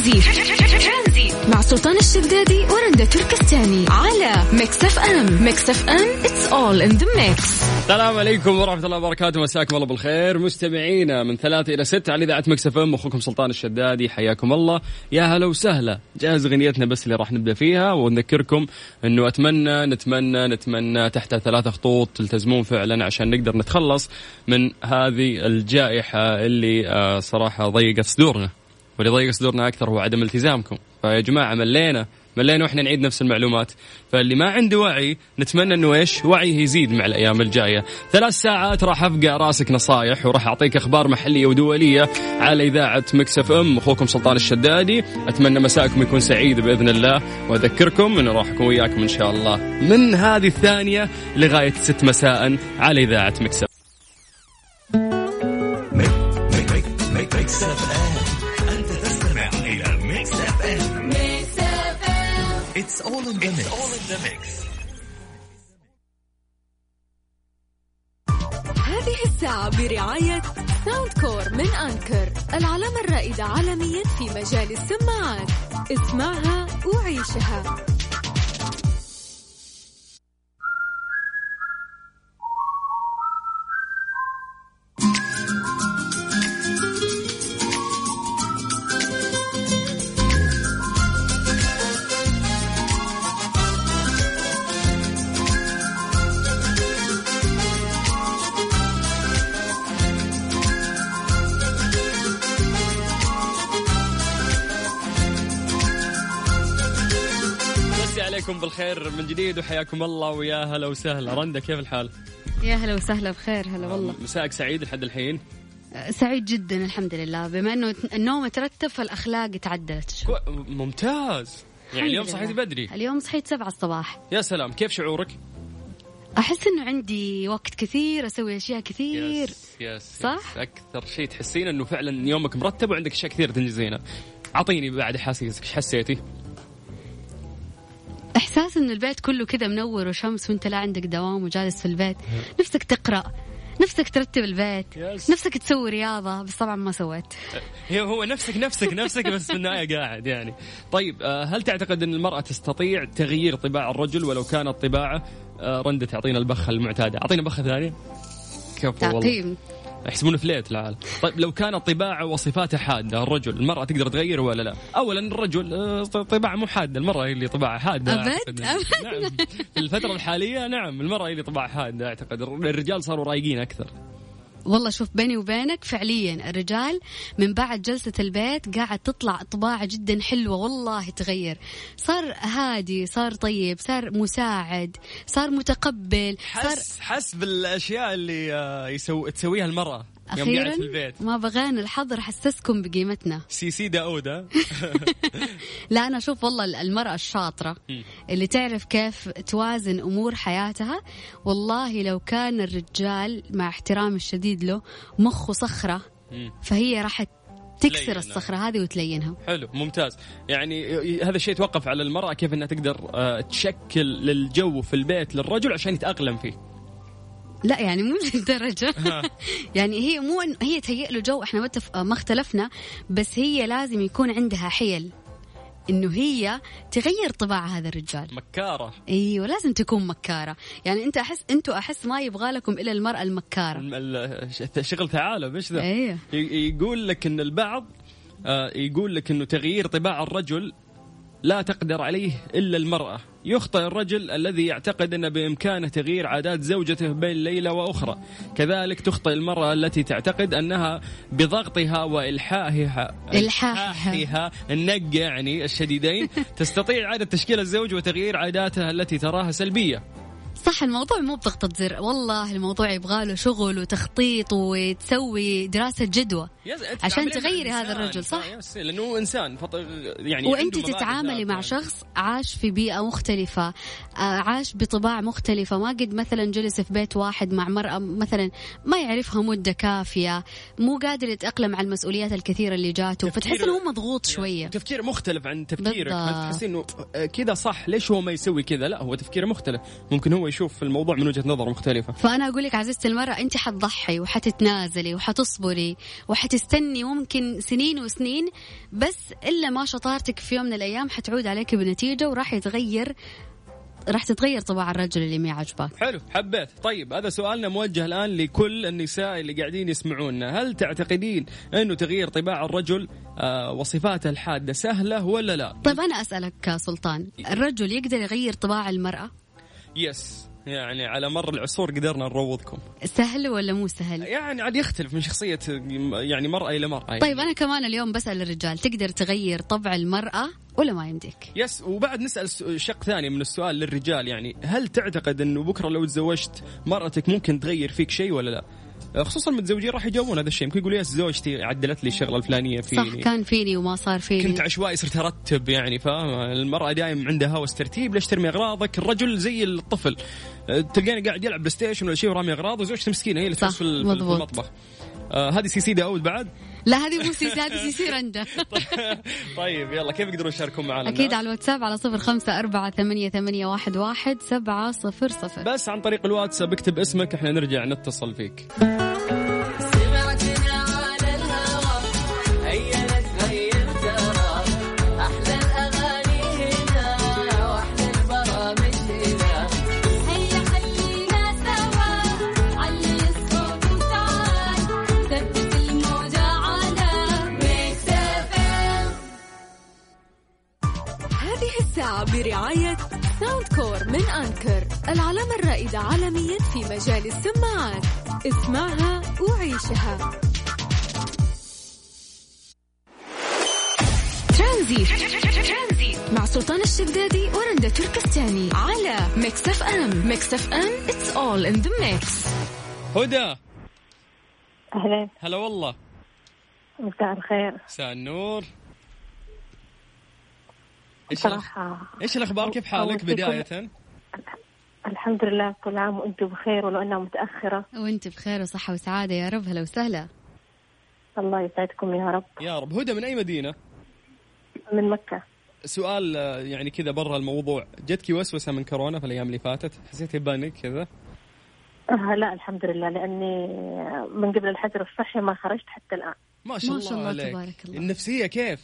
مع سلطان الشدادي ورندا تركستاني على ميكس اف ام. ميكس اف ام it's all in the mix. السلام عليكم ورحمة الله وبركاته، مساكم الله بالخير مستمعينا من 3 إلى 6 على إذاعة ميكس اف ام. أخوكم سلطان الشدادي، حياكم الله، يا هلا وسهلا. جاهز غنيتنا بس اللي راح نبدأ فيها، ونذكركم أنه نتمنى تحت 3 خطوط تلتزمون فعلا عشان نقدر نتخلص من هذه الجائحة اللي صراحة ضيقت صدورنا، واللي ضيق صدورنا أكثر هو عدم التزامكم. فيا جماعة ملينا وإحنا نعيد نفس المعلومات. فاللي ما عنده وعي نتمنى أنه وعيه يزيد مع الأيام الجاية. 3 ساعات راح أفقع راسك نصايح، وراح أعطيك أخبار محلية ودولية على إذاعة ميكس اف ام. أخوكم سلطان الشدادي، أتمنى مساءكم يكون سعيد بإذن الله، وأذكركم أنه راح أكون وياكم إن شاء الله من هذه الثانية لغاية 6 مساء على إذاعة ميكس اف ام. It's all in the mix. هذه الساعة برعاية ساوند كور من أنكر، العلامة الرائدة عالميا في مجال السماعات. اسمعها وعيشها. بالخير من جديد وحياكم الله، ويا هلا وسهلا. رندا كيف الحال؟ يا هلا وسهلا بخير. هلا والله. مساءك سعيد لحد الحين؟ سعيد جدا الحمد لله، بما انه النوم ترتب فالاخلاق تعدلت. ممتاز. يعني اليوم صحيتي بدري؟ اليوم صحيت 7 الصباح. يا سلام، كيف شعورك؟ احس انه عندي وقت كثير اسوي اشياء كثير. يس صح. اكثر شيء تحسين انه فعلا يومك مرتب وعندك اشياء كثير تنجزينها. اعطيني بعد احاسيسك، ايش حسيتي؟ إحساس إن البيت كله كذا منور وشمس وأنت لا عندك دوام وجالس في البيت، نفسك تقرأ، نفسك ترتب البيت، نفسك تسوي رياضة، بس طبعا ما سويت. هو نفسك بس في النهاية قاعد يعني. طيب هل تعتقد أن المرأة تستطيع تغيير طباع الرجل ولو كانت طباعه؟ رندة تعطينا البخة المعتادة، أعطينا بخة ثانية. كيف والله يحسبون فليت العالم. طيب لو كانت طباعه وصفاته حادة الرجل، المرأة تقدر تغيره ولا لا؟ أولا الرجل طباعه مو حادة، المرأة هي اللي طباعها حادة. أبد. نعم. في الفترة الحالية نعم المرأة هي اللي طباعها حادة. أعتقد الرجال صاروا رايقين أكثر. والله شوف بيني وبينك فعليا الرجال من بعد جلسة البيت قاعد تطلع طباع جدا حلوة، والله تغير، صار هادي، صار طيب، صار مساعد، صار متقبل، حس بالأشياء اللي تسويها المرأة أخيراً. في البيت. ما بغانا الحظر حسسكم بقيمتنا. سي داود. لا أنا أشوف والله المرأة الشاطرة اللي تعرف كيف توازن أمور حياتها، والله لو كان الرجال مع احترام الشديد له مخه صخرة فهي راح تكسر الصخرة هذه وتلينها. حلو ممتاز. يعني هذا الشيء يتوقف على المرأة كيف أنها تقدر تشكل للجو في البيت للرجل عشان يتأقلم فيه. لا يعني مو للدرجة. يعني هي مو هي تهيئ له جو، احنا ما اختلفنا، بس هي لازم يكون عندها حيل انه هي تغير طباع هذا الرجال. مكارة. ايوه لازم تكون مكارة. يعني انتوا احس ما يبغى لكم الا المرأة المكارة. شغل ثعالب ايش ذا؟ ايه. يقول لك ان البعض يقول لك انه تغيير طباع الرجل لا تقدر عليه إلا المرأة. يخطئ الرجل الذي يعتقد أن بإمكانه تغيير عادات زوجته بين ليلة وأخرى. كذلك تخطئ المرأة التي تعتقد أنها بضغطها وإلحاحها النق يعني الشديدين تستطيع إعادة تشكيل الزوج وتغيير عاداتها التي تراها سلبية. صح، الموضوع مو بضغطة زر، والله الموضوع يبغاله شغل وتخطيط وتسوي دراسة جدوى عشان تغيري هذا الرجل. صح، لأنه إنسان يعني وأنت تتعاملي مع شخص عاش في بيئة مختلفة، عاش بطباع مختلفة، ما قد مثلا جلس في بيت واحد مع مرأة مثلا ما يعرفها مدة كافية، مو قادر يتأقلم على المسؤوليات الكثيرة اللي جاته، فتحس إنه هو مضغوط شوية. تفكير مختلف عن تفكيرك، ما تحسين إنه كذا صح، ليش هو ما يسوي كذا؟ لا، هو تفكير مختلف. ممكن هو هو يشوف الموضوع من وجهة نظر مختلفة. فأنا أقول لك عزيزتي المرأة، أنت حتضحي وحتتنازلي وحتصبري وحتستني ممكن سنين وسنين، بس إلا ما شطارتك في يوم من الأيام حتعود عليك بنتيجة راح تتغير طباع الرجل اللي ما عجبك. حلو، حبيت. طيب هذا سؤالنا موجه الآن لكل النساء اللي قاعدين يسمعونا. هل تعتقدين أنه تغيير طباع الرجل وصفاته الحادة سهلة ولا لا؟ طيب أنا أسألك سلطان، الرجل يقدر يغير طباع المرأة؟ يس، يعني على مر العصور قدرنا نروضكم. سهل ولا مو سهل؟ يعني عاد يختلف من شخصية يعني مرأة إلى مرأة يعني. طيب أنا كمان اليوم بسأل الرجال، تقدر تغير طبع المرأة ولا ما يمديك؟ يس، وبعد نسأل شق ثاني من السؤال للرجال، يعني هل تعتقد أنه بكرة لو تزوجت مرأتك ممكن تغير فيك شيء ولا لا؟ خصوصا المتزوجين راح يجاوبون هذا الشيء. ممكن يقول يس زوجتي عدلت لي الشغله الفلانيه فيني، صح كان فيني وما صار فيني، كنت عشوائي صرت ارتب. يعني فاهم، المراه دائما عندها هوس ترتيب، ليش ترمي اغراضك؟ الرجل زي الطفل تلقاني قاعد يلعب بلاي ستيشن ولا شيء ورامي اغراض، وزوجته مسكينه هي اللي تحس في المطبخ. هذه سيسي داود بعد؟ لا هذه مو سيسي، هذه سيسي رندا. طيب يلا، كيف يقدرون يشاركون معنا؟ أكيد على الواتساب على 0548811700. بس عن طريق الواتساب اكتب اسمك، احنا نرجع نتصل فيك. برعاية ساوند كور من أنكر، العلامة الرائدة عالميا في مجال السماعات. اسمعها وعيشها. ترانزيت مع سلطان الشدادي ورندا تركستاني على ميكس اف ام. ميكس اف ام it's all in the mix. هدى، أهلا. هلا والله. مساء الخير. مساء النور. إيش الأخبار؟ كيف حالك بداية؟ الحمد لله، كل عام وأنتم بخير، ولو أنها متأخرة. وأنت بخير وصحة وسعادة يا رب. هلا وسهلا. الله يسعدكم يا رب. يا رب. هدى من أي مدينة؟ من مكة. سؤال يعني كذا برا الموضوع، جتك وسوسة من كورونا في الأيام اللي فاتت؟ حسيتي بانك كذا؟ لا الحمد لله، لأني من قبل الحجر الصحي ما خرجت حتى الآن. ما شاء الله عليك. تبارك الله. النفسية كيف؟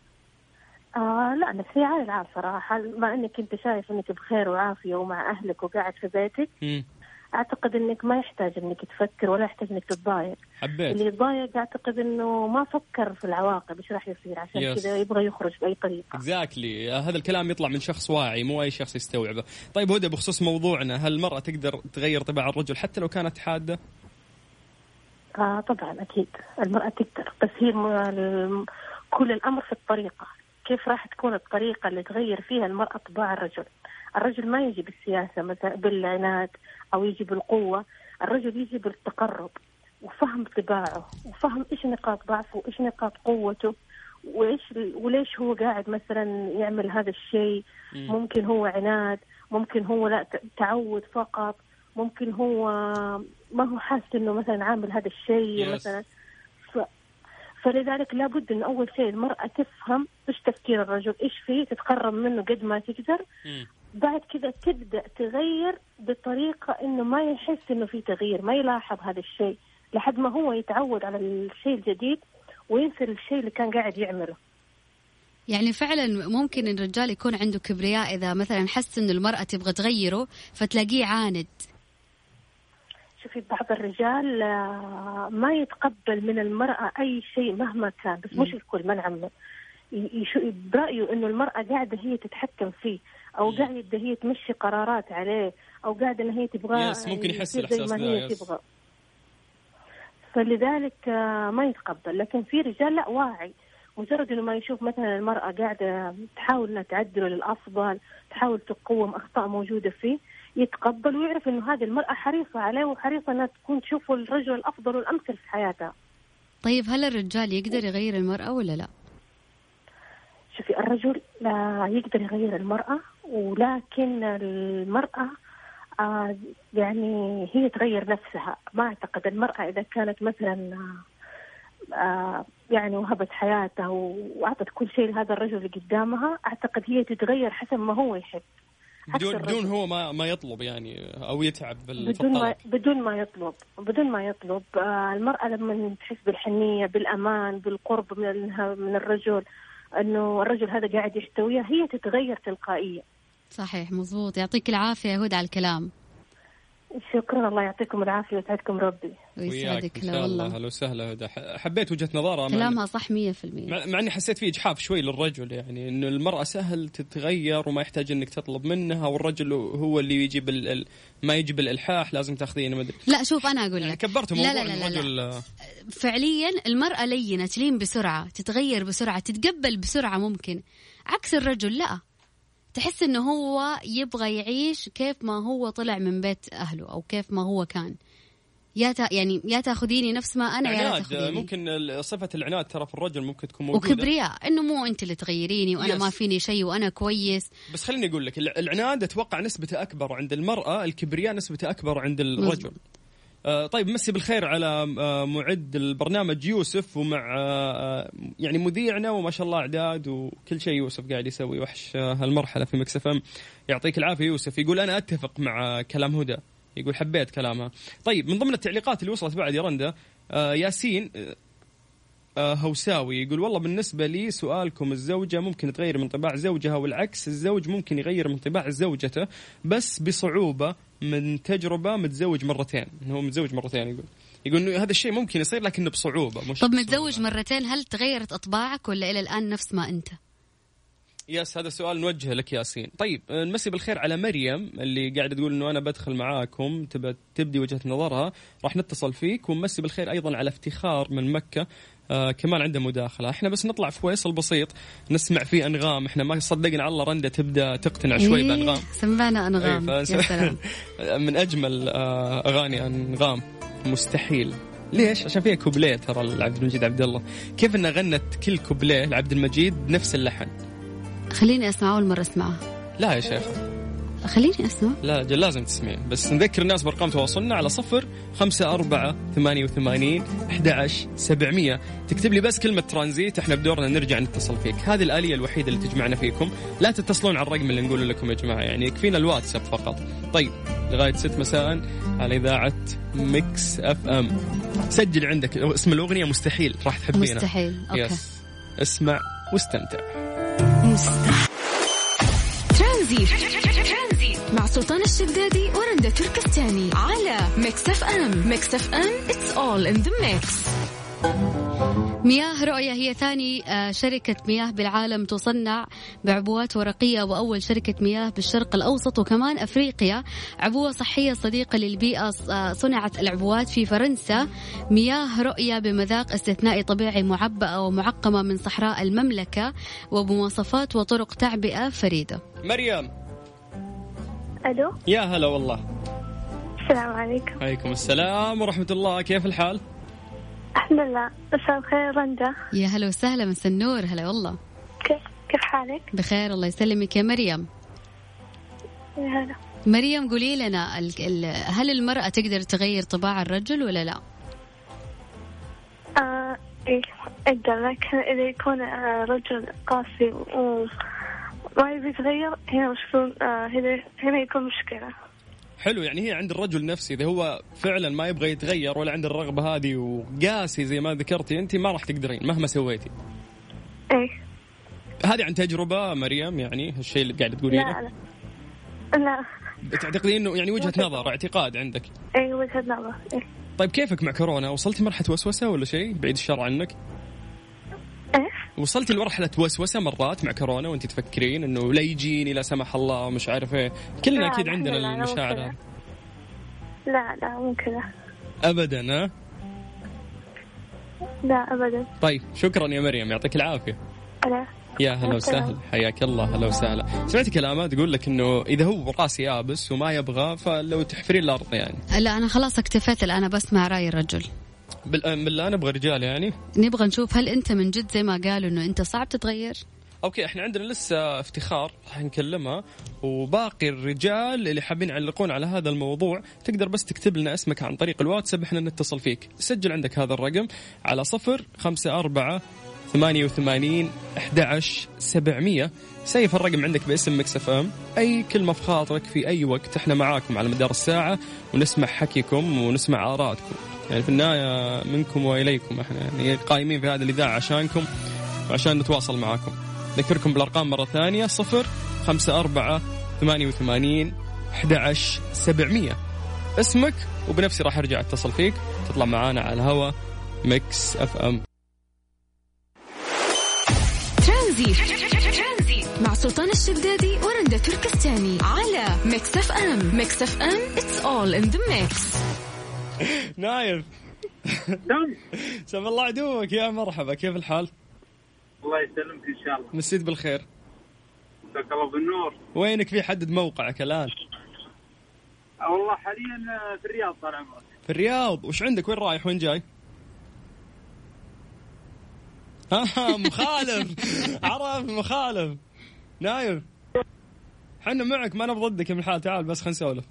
لا نفسية عالية العاب صراحة، مع انك انت شايف انك بخير وعافية ومع اهلك وقاعد في بيتك. اعتقد انك ما يحتاج انك تفكر ولا يحتاج انك تتضايق. حبيت. اللي يتضايق اعتقد انه ما فكر في العواقب ايش راح يصير، عشان كذا يبغى يخرج باي طريقة. exactly. هذا الكلام يطلع من شخص واعي، مو اي شخص يستوعبه. طيب هدى، بخصوص موضوعنا، هل المرأة تقدر تغير طباع الرجل حتى لو كانت حادة؟ طبعا اكيد المرأة تقدر، بس هي كل الامر في الطريقة. كيف راح تكون الطريقة اللي تغير فيها المرأة طباع الرجل؟ الرجل ما يجي بالسياسة مثلا بالعناد أو يجي بالقوة، الرجل يجي بالتقرب وفهم طباعه وفهم إيش نقاط ضعفه وإيش نقاط قوته وليش هو قاعد مثلا يعمل هذا الشيء. ممكن هو عناد، ممكن هو لا تعود فقط، ممكن هو ما هو حاسس إنه مثلا عامل هذا الشيء مثلا. فلذلك لابد إن أول شيء المرأة تفهم إيش تفكير الرجل، إيش فيه، تتقرب منه قد ما تقدر. بعد كذا تبدأ تغير بطريقة إنه ما يحس إنه في تغيير، ما يلاحظ هذا الشيء لحد ما هو يتعود على الشيء الجديد وينسى الشيء اللي كان قاعد يعمله. يعني فعلا ممكن الرجال يكون عنده كبرياء إذا مثلا حس إنه المرأة تبغى تغيره فتلاقيه عاند. شوفي بعض الرجال ما يتقبل من المرأة أي شيء مهما كان، بس مش الكل، ما نعمم. برأيه إنه المرأة قاعدة هي تتحكم فيه، أو قاعدة هي تمشي قرارات عليه، أو قاعدة إن هي تبغى ممكن يحس الإحساس ده. فلذلك ما يتقبل. لكن في رجال لا، واعي، مجرد إنه ما يشوف مثلا المرأة قاعدة تحاول إنها تعدله للأفضل، تحاول تقوم أخطاء موجودة فيه، يتقبل ويعرف إنه هذه المرأة حريصة عليه وحريصة إنها تكون تشوفه الرجل الأفضل والأمثل في حياتها. طيب هل الرجال يقدر يغير المرأة ولا لا؟ شوفي الرجل لا يقدر يغير المرأة، ولكن المرأة يعني هي تغير نفسها. ما أعتقد المرأة إذا كانت مثلا يعني وهبت حياتها وأعطت كل شيء لهذا الرجل اللي قدامها، أعتقد هي تتغير حسب ما هو يحب. بدون هو ما يطلب يعني أو يتعب بدون ما يطلب. المرأة لما تحس بالحنية بالأمان بالقرب من الرجل، أنه الرجل هذا قاعد يحتويها، هي تتغير تلقائيا. صحيح مزبوط. يعطيك العافية يا هدى على الكلام. شكرا، الله يعطيكم العافية ويسعدكم ربي ويسعدك. إن شاء الله. هلا وسهلا هدى، حبيت وجهة نظرها، كلامها صح 100%. مع أني حسيت فيه إجحاف شوي للرجل، يعني إنه المرأة سهل تتغير وما يحتاج إنك تطلب منها، والرجل هو اللي يجيب ما يجيب الإلحاح، لازم تاخذينه مدري. لا شوف أنا أقول لك يعني كبرت موضوع لا. الرجل. فعليا المرأة لينة، تلين بسرعة، تتغير بسرعة، تتقبل بسرعة، ممكن عكس الرجل لا، تحس إنه هو يبغى يعيش كيف ما هو طلع من بيت أهله أو كيف ما هو كان. يا تاخذيني نفس ما أنا يا لا تاخذيني. ممكن صفة العناد ترى في الرجل ممكن تكون موجودة، وكبرياء، إنه مو أنت اللي تغيريني وأنا ما فيني شيء وأنا كويس. بس خليني أقول لك، العناد أتوقع نسبته أكبر عند المرأة، الكبرياء نسبته أكبر عند الرجل. طيب مسي بالخير على معد البرنامج يوسف، ومع يعني مذيعنا وما شاء الله إعداد وكل شيء يوسف قاعد يسوي وحش هالمرحلة في مكس اف ام. يعطيك العافية يوسف. يقول أنا أتفق مع كلام هدى، يقول حبيت كلامها. طيب من ضمن التعليقات اللي وصلت بعد يا رندا، ياسين هوساوي يقول والله بالنسبة لي سؤالكم، الزوجة ممكن تغير من طباع زوجها والعكس، الزوج ممكن يغير من طباع زوجته بس بصعوبة من تجربة متزوج مرتين. هو متزوج مرتين، يقول إنه هذا الشيء ممكن يصير لكنه بصعوبة. طب متزوج مرتين، هل تغيرت أطباعك ولا إلى الآن نفس ما أنت؟ يس هذا السؤال نوجهه لك ياسين. طيب نمسي بالخير على مريم اللي قاعدة تقول إنه أنا بدخل معاكم، تبدي وجهة نظرها، راح نتصل فيك. ونمسي بالخير أيضا على افتخار من مكة، كمان عنده مداخلة. احنا بس نطلع في فيصل بسيط نسمع فيه أنغام، احنا ما صدقنا على الله رندا تبدأ تقتنع شوي بأنغام. سمعنا أنغام يا سلام. من أجمل أغاني أنغام مستحيل. ليش؟ عشان فيها كوبليه ترى لعبد المجيد عبد الله، كيف إنها غنت كل كوبليه لعبد المجيد بنفس اللحن. خليني أسمع، أول مرة أسمعها. لا يا شيخ خليني أسمع. لا لازم تسمعين. بس نذكر الناس بأرقام تواصلنا على 0548811700. تكتب لي بس كلمة ترانزيت، احنا بدورنا نرجع نتصل فيك. هذه الآلية الوحيدة اللي تجمعنا فيكم، لا تتصلون على الرقم اللي نقول لكم يا جماعة، يعني يكفينا الواتساب فقط. طيب لغاية 6 مساء على إذاعة ميكس اف ام. سجل عندك اسم الأغنية مستحيل، راح تحبينها. مستحيل. أوكي. يس. اسمع واستمتع. ترانزيت مع سلطان الشدادي ورندا تركستاني على ميكس اف ام. ميكس اف ام it's all in the mix. مياه رؤية هي ثاني شركة مياه بالعالم تصنع بعبوات ورقية، وأول شركة مياه بالشرق الأوسط وكمان أفريقيا. عبوة صحية صديقة للبيئة، صنعت العبوات في فرنسا. مياه رؤية بمذاق استثنائي طبيعي، معبأة ومعقمة من صحراء المملكة، وبمواصفات وطرق تعبئة فريدة. مريم. ألو. يا هلا والله. السلام عليكم. عليكم السلام ورحمة الله، كيف الحال؟ الحمد لله. مساء الخير رندا. يا هلا وسهلا، مساء النور. هلا والله. كيف حالك؟ بخير الله يسلمك يا مريم. يا هلا مريم، قولي لنا هل المرأة تقدر تغير طباع الرجل ولا لا؟ إيه أقدر، لكن إذا يكون رجل قاسي وما يبي يتغير، هنا يكون مشكلة. حلو، يعني هي عند الرجل نفسي، إذا هو فعلا ما يبغى يتغير ولا عند الرغبة هذه وقاسي زي ما ذكرتي أنت، ما راح تقدرين مهما سويتي. إيه. هذه عن تجربة مريم، يعني هالشيء اللي قاعد تقولينه؟ لا. تعتقدين إنه يعني وجهة نظر، اعتقاد عندك؟ إيه وجهة نظر. إيه. طيب كيفك مع كورونا؟ وصلتي مرحلة وسوسة ولا شيء بعيد الشر عنك؟ إيه. وصلتي لمرحلة وسوسة مرات مع كورونا وانت تفكرين انه لا يجيني لا سمح الله مش عارف ايه؟ كلنا اكيد عندنا المشاعر هذه. لا مو كذا ابدا. ها؟ لا ابدا. طيب شكرا يا مريم، يعطيك العافية. أنا. يا هلا وسهلا، حياك الله. هلا وسهلا. سمعتي كلامها تقول لك انه اذا هو راسي يابس وما يبغى فلو تحفرين الارض يعني. لا انا خلاص اكتفيت الان، بسمع راي الرجل. بالله نبغى رجال يعني، نبغى نشوف هل انت من جد زي ما قالوا انه انت صعب تتغير. اوكي احنا عندنا لسه افتخار راح نكلمها، وباقي الرجال اللي حابين يعلقون على هذا الموضوع تقدر بس تكتب لنا اسمك عن طريق الواتساب، احنا نتصل فيك. سجل عندك هذا الرقم على 0548811700. 88 11 700. سيف الرقم عندك باسم ميكس اف ام. أي كلمة في خاطرك في أي وقت احنا معاكم على مدار الساعة ونسمع حكيكم ونسمع آراتكم. يعني في النهاية منكم وإليكم، احنا يعني قائمين في هذا الإذاعة عشانكم وعشان نتواصل معاكم. ذكركم بالأرقام مرة ثانية 054 88 11 700. اسمك وبنفسي راح أرجع أتصل فيك تطلع معانا على الهوا ميكس اف ام. ترانزيت مع سلطان الشدادي ورندا تركستاني على ميكس اف ام. ميكس اف ام it's all in the mix. نايف سلام الله عدوك، يا مرحبا، كيف الحال؟ الله يسلمك إن شاء الله. مسيت بالخير. مساك الله بالنور. وينك؟ في حدد موقعك الآن؟ والله حاليا في الرياض طال عمرك. في الرياض. وش عندك؟ وين رايح وين جاي؟ مخالف. عرف مخالف. نايف حنا معك، ما نبغى ضدك من الحال. تعال بس خلينا نسولف.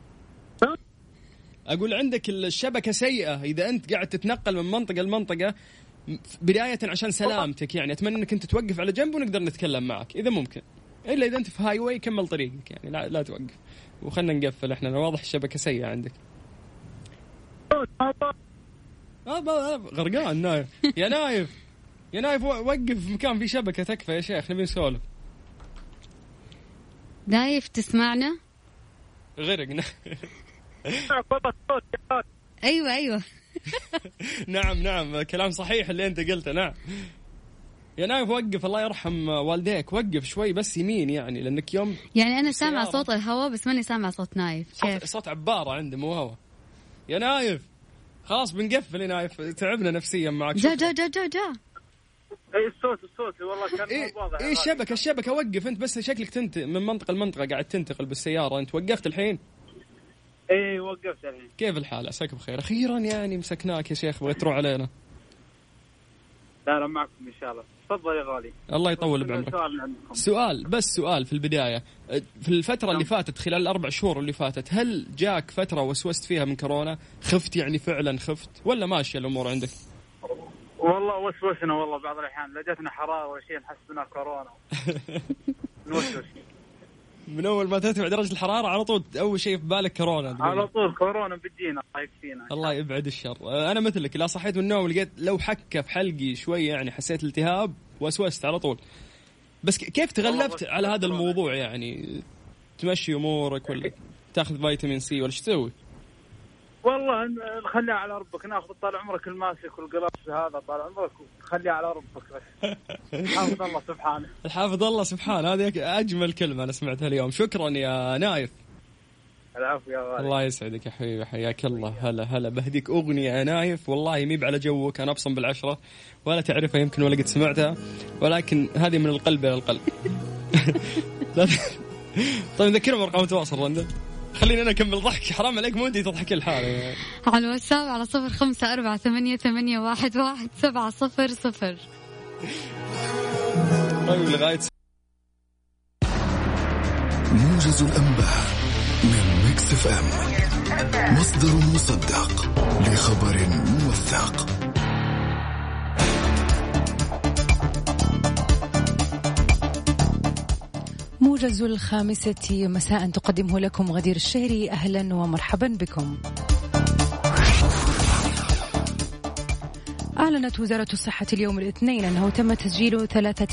أقول عندك الشبكة سيئة، إذا أنت قاعد تتنقل من منطقة لمنطقة بداية عشان سلامتك، يعني أتمنى أنك أنت توقف على جنب ونقدر نتكلم معك إذا ممكن. إلا إذا أنت في هاي واي كمل طريقك، يعني لا توقف وخلنا نقفل. إحنا واضح الشبكة سيئة عندك. غرقان نايف. يا نايف يا نايف وقف في مكان فيه شبكة تكفى يا شيخ، نبي نسولف. نايف تسمعنا؟ غرقنا. أيوة نعم كلام صحيح اللي أنت قلته. نعم يا نايف وقف، الله يرحم والديك، وقف شوي بس يمين، يعني لأنك يوم يعني أنا سامع صوت الهواء بس ماني سامع صوت نايف. صوت عبارة عنده مو هوا. يا نايف خلاص بنقفل يا نايف، تعبنا نفسيا معك. جا اي الصوت والله كان واضح. اي الشبكة وقف انت، بس شكلك من منطقة لمنطقة قاعد تنتقل بالسيارة. انت وقفت الحين؟ اي وقفت الحين. كيف الحال؟ عساك بخير. اخيرا يعني مسكناك يا شيخ، بغيت تروح علينا. لا معكم ان شاء الله. تفضل يا غالي. الله يطول بعمرك. سؤال في البداية، في الفترة اللي فاتت خلال 4 شهور اللي فاتت، هل جاك فترة وسوست فيها من كورونا؟ خفت يعني فعلا خفت ولا ماشية الأمور عندك؟ والله وسوسنا والله بعض الأحيان، لا جاتنا حرارة ولا شيء نحس بنا كورونا. نوسوس من أول ما ترتفع درجة الحرارة على طول أول شيء في بالك كورونا. على طول كورونا بتجينا، الله يكفينا. الله يبعد الشر. أنا مثلك، لا صحيت من النوم لقيت لو حكة في حلقي شوي، يعني حسيت التهاب وسوست على طول. بس كيف تغلبت على هذا الموضوع؟ يعني تمشي أمورك ولا تأخذ فيتامين سي ولا شو تسوي؟ والله نخليها على ربك، ناخذ طال عمرك الماسك والقلاص هذا طال عمرك وخليها على ربك بس. حافظ الله سبحانه. الحافظ الله سبحانه، هذه أجمل كلمة أنا سمعتها اليوم. شكرا يا نايف. العفو يا غالي. الله يسعدك يا حبيبي، حياك الله. هلا بهديك أغنية يا نايف والله ميب على جوك، أنا أبصم بالعشرة ولا تعرفها يمكن ولا قد سمعتها، ولكن هذه من القلب إلى القلب. طيب نذكرهم أرقام التواصل رندا، خليني أنا أكمل ضحك، حرام عليك مو أنتي تضحك الحالة يعني. على الواتساب على 0548811700. طيب لغاية موجز الأنباء من ميكس اف ام، مصدر مصدق لخبر موثق. موجز 5 مساء تقدمه لكم غدير الشهري. أهلا ومرحبا بكم. أعلنت وزارة الصحة اليوم الاثنين أنه تم تسجيل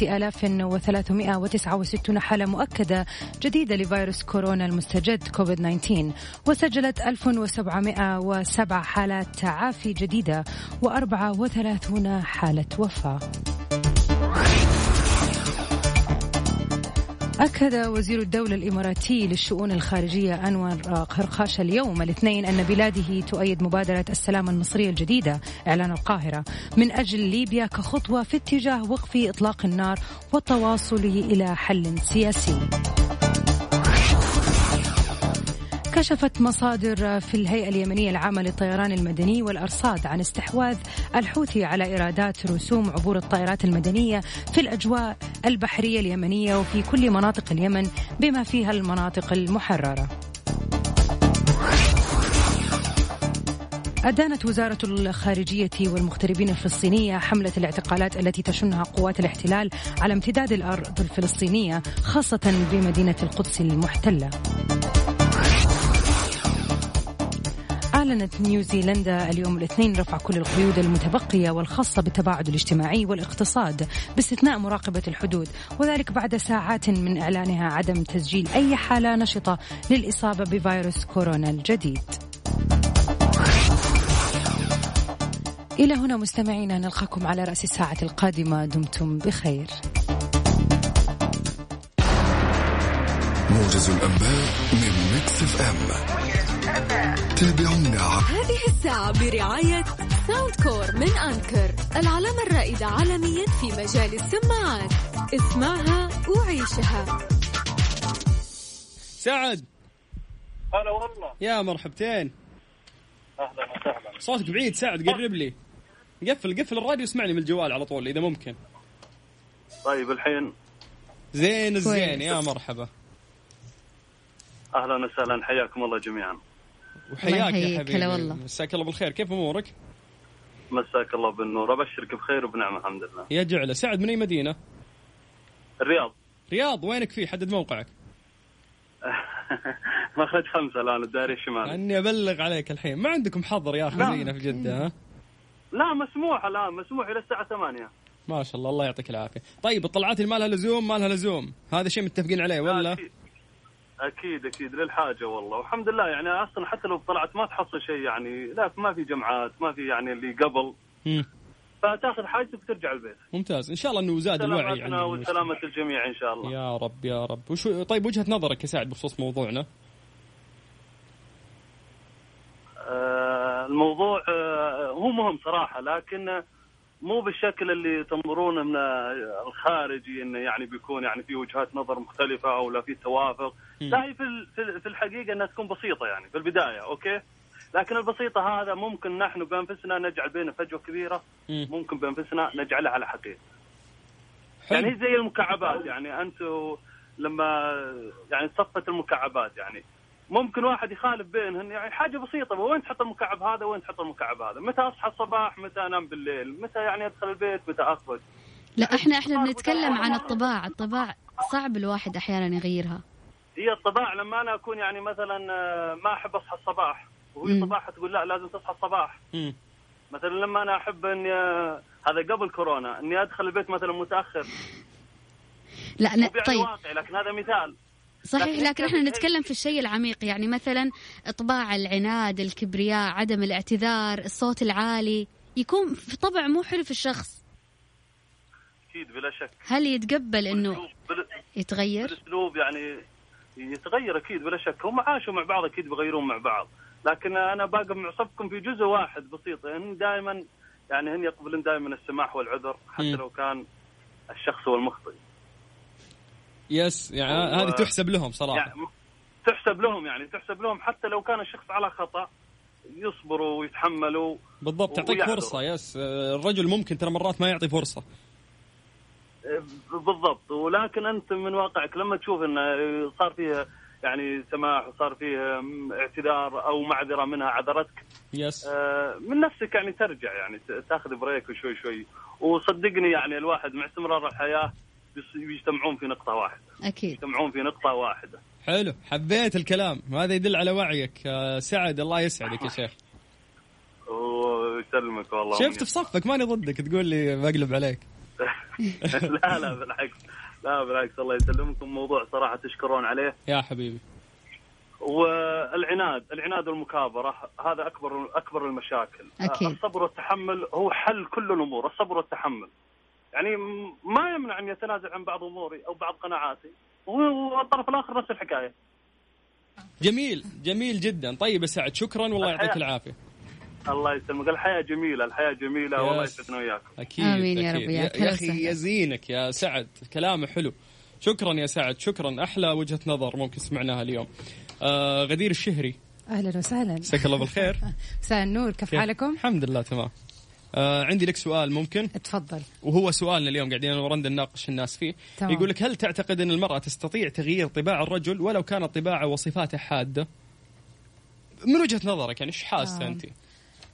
3369 حالة مؤكدة جديدة لفيروس كورونا المستجد كوفيد-19، وسجلت 1707 حالات تعافي جديدة و34 حالة وفاة. أكد وزير الدولة الإماراتي للشؤون الخارجية أنور قرقاش اليوم الاثنين أن بلاده تؤيد مبادرة السلام المصرية الجديدة إعلان القاهرة من أجل ليبيا كخطوة في اتجاه وقف إطلاق النار والتواصل إلى حل سياسي. كشفت مصادر في الهيئة اليمنية العامة للطيران المدني والأرصاد عن استحواذ الحوثي على إيرادات رسوم عبور الطائرات المدنية في الأجواء البحرية اليمنية وفي كل مناطق اليمن بما فيها المناطق المحررة. أدانت وزارة الخارجية والمغتربين الفلسطينية حملة الاعتقالات التي تشنها قوات الاحتلال على امتداد الأرض الفلسطينية خاصة بمدينة القدس المحتلة. أعلنت نيوزيلندا اليوم الاثنين رفع كل القيود المتبقية والخاصة بالتباعد الاجتماعي والاقتصاد باستثناء مراقبة الحدود، وذلك بعد ساعات من إعلانها عدم تسجيل أي حالة نشطة للإصابة بفيروس كورونا الجديد. إلى هنا مستمعينا نلقاكم على رأس الساعة القادمة، دمتم بخير. موجز الأنباء من ميكس اف ام. تابعونا. هذه الساعة برعاية ساوند كور من أنكر، العلامة الرائدة عالميا في مجال السماعات. اسمعها وعيشها. سعد. هلا والله. يا مرحبتين. أهلا وسهلا. صوتك بعيد سعد، قرب لي. قفل الراديو، اسمعني من الجوال على طول إذا ممكن. طيب الحين زين الزين. يا مرحبا. أهلا وسهلا، حياكم الله جميعا. وحياك يا حبيبي. والله. مساك الله بالخير، كيف أمورك؟ مساك الله بالنور، أبشرك بخير وبنعمة الحمد لله. يا جعله. سعد من أي مدينة؟ الرياض. وينك فيه؟ حدد موقعك. مخرج 5 الآن، الدائري الشمالي. أني أبلغ عليك الحين. ما عندكم حظر يا أخي زينا في جدة؟ ها؟ لا مسموح الآن، مسموح إلى الساعة 8. ما شاء الله، الله يعطيك العافية. طيب الطلعات اللي ما لها لزوم، هذا شيء متفقين عليه ولا؟ أكيد للحاجة والله، والحمد لله. يعني أصلا حتى لو طلعت ما تحصل شيء، يعني لا ما في جمعات، ما في يعني اللي قبل. فتاخذ حاجتك وترجع البيت. ممتاز، إن شاء الله إنه زاد الوعي يعني وسلامة الجميع إن شاء الله. يا رب. وشو طيب وجهة نظرك يا سعد بخصوص موضوعنا؟ الموضوع هو مهم صراحة، لكن مو بالشكل اللي تنظرونه من الخارجي، إنه يعني بيكون يعني في وجهات نظر مختلفة أو لا في توافق. لا، هي في الحقيقة أنها تكون بسيطة يعني في البداية، أوكي. لكن البسيطة هذا ممكن نحن بأنفسنا نجعل بينه فجوة كبيرة، ممكن بأنفسنا نجعلها على حقيقة. يعني هي زي المكعبات، يعني أنتوا لما يعني صفت المكعبات، يعني ممكن واحد يخالف بينهن، يعني حاجة بسيطة، وين تحط المكعب هذا وين تحط المكعب هذا، متى أصحى الصباح، متى أنام بالليل، متى يعني أدخل البيت، متى أخرج. لا احنا بنتكلم عن الطباع صعب الواحد أحيانا يغيرها. هي الطباع لما أنا أكون يعني مثلا ما أحب أصحى الصباح، وهي الصباح تقول لا لازم تصحى الصباح. مثلا لما أنا أحب إني هذا قبل كورونا إني أدخل البيت مثلا متأخر. لا طيب واقع، لكن هذا مثال صحيح. لكن احنا نتكلم في الشيء العميق، يعني مثلا طباع العناد، الكبرياء، عدم الاعتذار، الصوت العالي، يكون في طبع مو حلو في الشخص. أكيد بلا شك. هل يتقبل إنه يتغير؟ الأسلوب يعني يتغير أكيد بلا شك. هم عاشوا مع بعض، أكيد بيغيرون مع بعض. لكن أنا باقي معصبكم في جزء واحد بسيط، هن دائما يعني هن يقبلون دائما السماح والعذر حتى لو كان الشخص هو المخطئ. يس، يعني هذه تحسب لهم صراحة. يعني تحسب لهم حتى لو كان الشخص على خطأ، يصبروا ويتحملوا. بالضبط، تعطيك فرصة. يس، الرجل ممكن ترى مرات ما يعطي فرصة. بالضبط. ولكن أنت من واقعك لما تشوف إنه صار فيه يعني سماح وصار فيه اعتذار أو معذرة منها عذرتك، يس، من نفسك يعني ترجع، يعني تاخذ بريك وشوي شوي. وصدقني يعني الواحد مع استمرار الحياة بيجتمعون في نقطة واحدة. أكيد يجتمعون في نقطة واحدة. حلو، حبيت الكلام هذا، يدل على وعيك. سعد الله يسعدك يا شيخ. ويسلمك والله. شفت في صفك، ماني ضدك تقول لي بقلب عليك. لا بالعكس الله يسلمكم. موضوع صراحة تشكرون عليه يا حبيبي. والعناد والمكابرة هذا أكبر المشاكل. أكيد. الصبر والتحمل هو حل كل الأمور. الصبر والتحمل يعني ما يمنع أن يتنازل عن بعض أموري أو بعض قناعاتي، والطرف الآخر نفس الحكاية. جميل جدا. طيب يا سعد، شكرا والله يعطيك العافية. الله يسلمك. الحياة جميلة والله يسعدنا وياكم. أكيد. آمين يا رب. يا أخي يزينك يا سعد، كلامه حلو. شكرا يا سعد، شكرا. أحلى وجهة نظر ممكن سمعناها اليوم. غدير الشهري، أهلا وسهلا. مساك الله بالخير. مساء النور، كيف حالكم؟ الحمد لله تمام. عندي لك سؤال ممكن؟ اتفضل. وهو سؤالنا اليوم قاعدين ورندا نناقش الناس فيه. تمام. يقول لك هل تعتقد أن المرأة تستطيع تغيير طباع الرجل ولو كانت طباعه وصفاته حادة؟ من وجهة نظرك يعني إيش حاسة أنت؟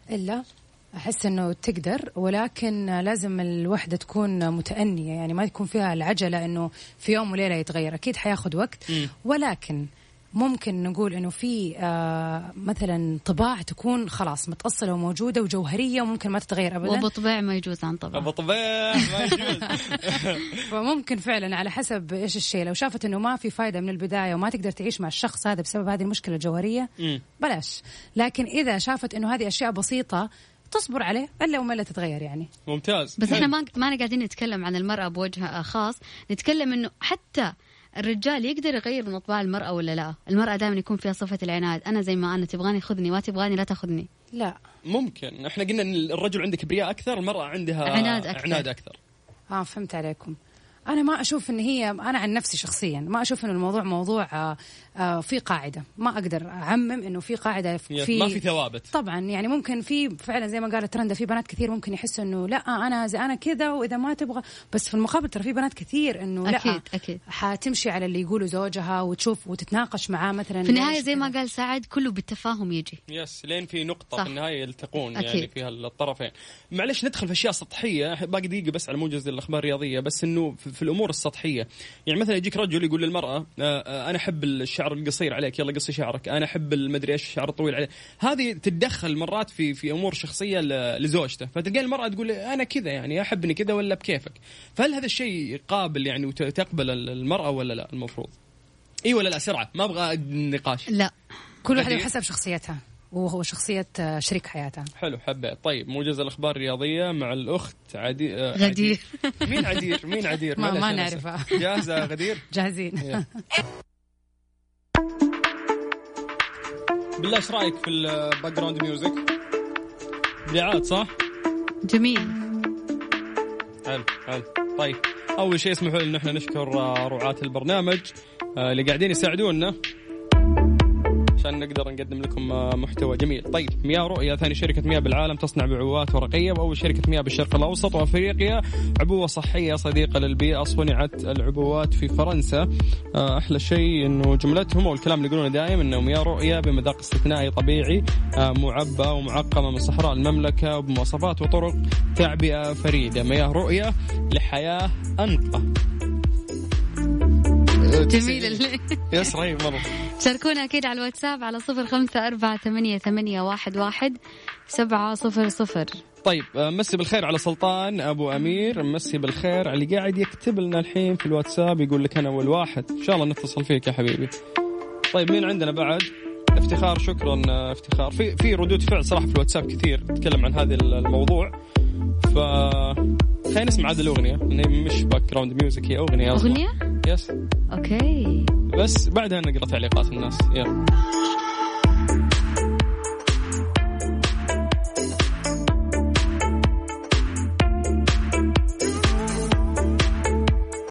إلا أحس أنه تقدر، ولكن لازم الوحدة تكون متأنية، يعني ما يكون فيها العجلة أنه في يوم وليلة يتغير. أكيد حياخد وقت، ولكن ممكن نقول أنه في مثلا طباع تكون خلاص متأصلة وموجودة وجوهرية وممكن ما تتغير أبدا. وبطباع ما يجوز عن طبع. بطباع ما يجوز. فممكن فعلا على حسب إيش الشيء. لو شافت أنه ما في فايدة من البداية وما تقدر تعيش مع الشخص هذا بسبب هذه المشكلة الجوهرية بلاش. لكن إذا شافت أنه هذه أشياء بسيطة تصبر عليه إلا وما لا تتغير يعني. ممتاز. بس إحنا ما قاعدين نتكلم عن المرأة بوجه خاص، نتكلم إنه حتى الرجال يقدر يغير من أطباع المرأة ولا لا؟ المرأة دائما يكون فيها صفة العناد، أنا زي ما أنا، تبغاني خذني، ما تبغاني لا تاخذني. لا ممكن احنا قلنا ان الرجل عنده كبرياء أكثر، المرأة عندها عناد أكثر. فهمت عليكم. أنا ما أشوف إن هي، أنا عن نفسي شخصيا ما أشوف إنه الموضوع موضوع في قاعدة. ما أقدر أعمم إنه في قاعدة، في ما في ثوابت. طبعا يعني ممكن في فعلا زي ما قالت رندا، في بنات كثير ممكن يحسوا إنه لا أنا كذا وإذا ما تبغى، بس في المقابل ترى في بنات كثير إنه أكيد حتمشي على اللي يقوله زوجها وتشوف وتتناقش معاه مثلا. في النهاية زي ما قال سعد كله بالتفاهم يجي. لين في نقطة صح. في النهاية يلتقون أكيد. يعني فيها الطرفين. معلش ندخل في أشياء سطحية باقي دقيقة بس على موجز الأخبار الرياضية، بس إنه في الأمور السطحية. يعني مثلا يجيك رجل يقول للمرأة أنا أحب الشعر القصير عليك، يلا قصي شعرك، أنا أحب المدري إيش الشعر الطويل عليه. هذه تتدخل مرات في أمور شخصية لزوجته، فتلقى المرأة تقول أنا كذا يعني أحبني كذا ولا بكيفك. فهل هذا الشيء قابل يعني وتقبل المرأة ولا لا المفروض؟ إيه ولا لا؟ سرعة ما أبغى النقاش. لا، كل واحد حسب شخصيتها وهو شخصية شريك حياتها. حلو حبيت. طيب موجز الأخبار الرياضية مع الأخت غدير. مين عدير؟ ما نعرفها. جاهزة غدير؟ جاهزين. بالله ايش رايك في الباك جراوند ميوزك؟ بدعات صح؟ جميل. حلو. طيب اول شيء اسمحوا لنا احنا نشكر رعاة البرنامج اللي قاعدين يساعدونا عشان نقدر نقدم لكم محتوى جميل. طيب مياه رؤية ثاني شركة مياه بالعالم تصنع بعبوات ورقية، وأول شركة مياه بالشرق الأوسط وأفريقيا، عبوة صحية صديقة للبيئة. صنعت العبوات في فرنسا. أحلى شيء إنه جملتهم والكلام اللي يقولونه دائما إنه مياه رؤية بمذاق استثنائي طبيعي معبى ومعقمة من صحراء المملكة وبمواصفات وطرق تعبئة فريدة. مياه رؤية لحياة أنقى. جميل اللي يس رهيب مرة. شاركونا أكيد على الواتساب على 0548811700. طيب مسي بالخير على سلطان أبو أمير، مسي بالخير على اللي قاعد يكتب لنا الحين في الواتساب يقول لك أنا أول واحد. إن شاء الله نتصل فيك يا حبيبي. طيب مين عندنا بعد؟ افتخار. شكرا افتخار. في ردود فعل صراحة في الواتساب كثير تتكلم عن هذا الموضوع، خلينا نسمع هذه الأغنية. مش باك جراوند ميوزك، هي أغنية. يس. أوكي. بس بعدها نقرأ تعليقات الناس. يلا.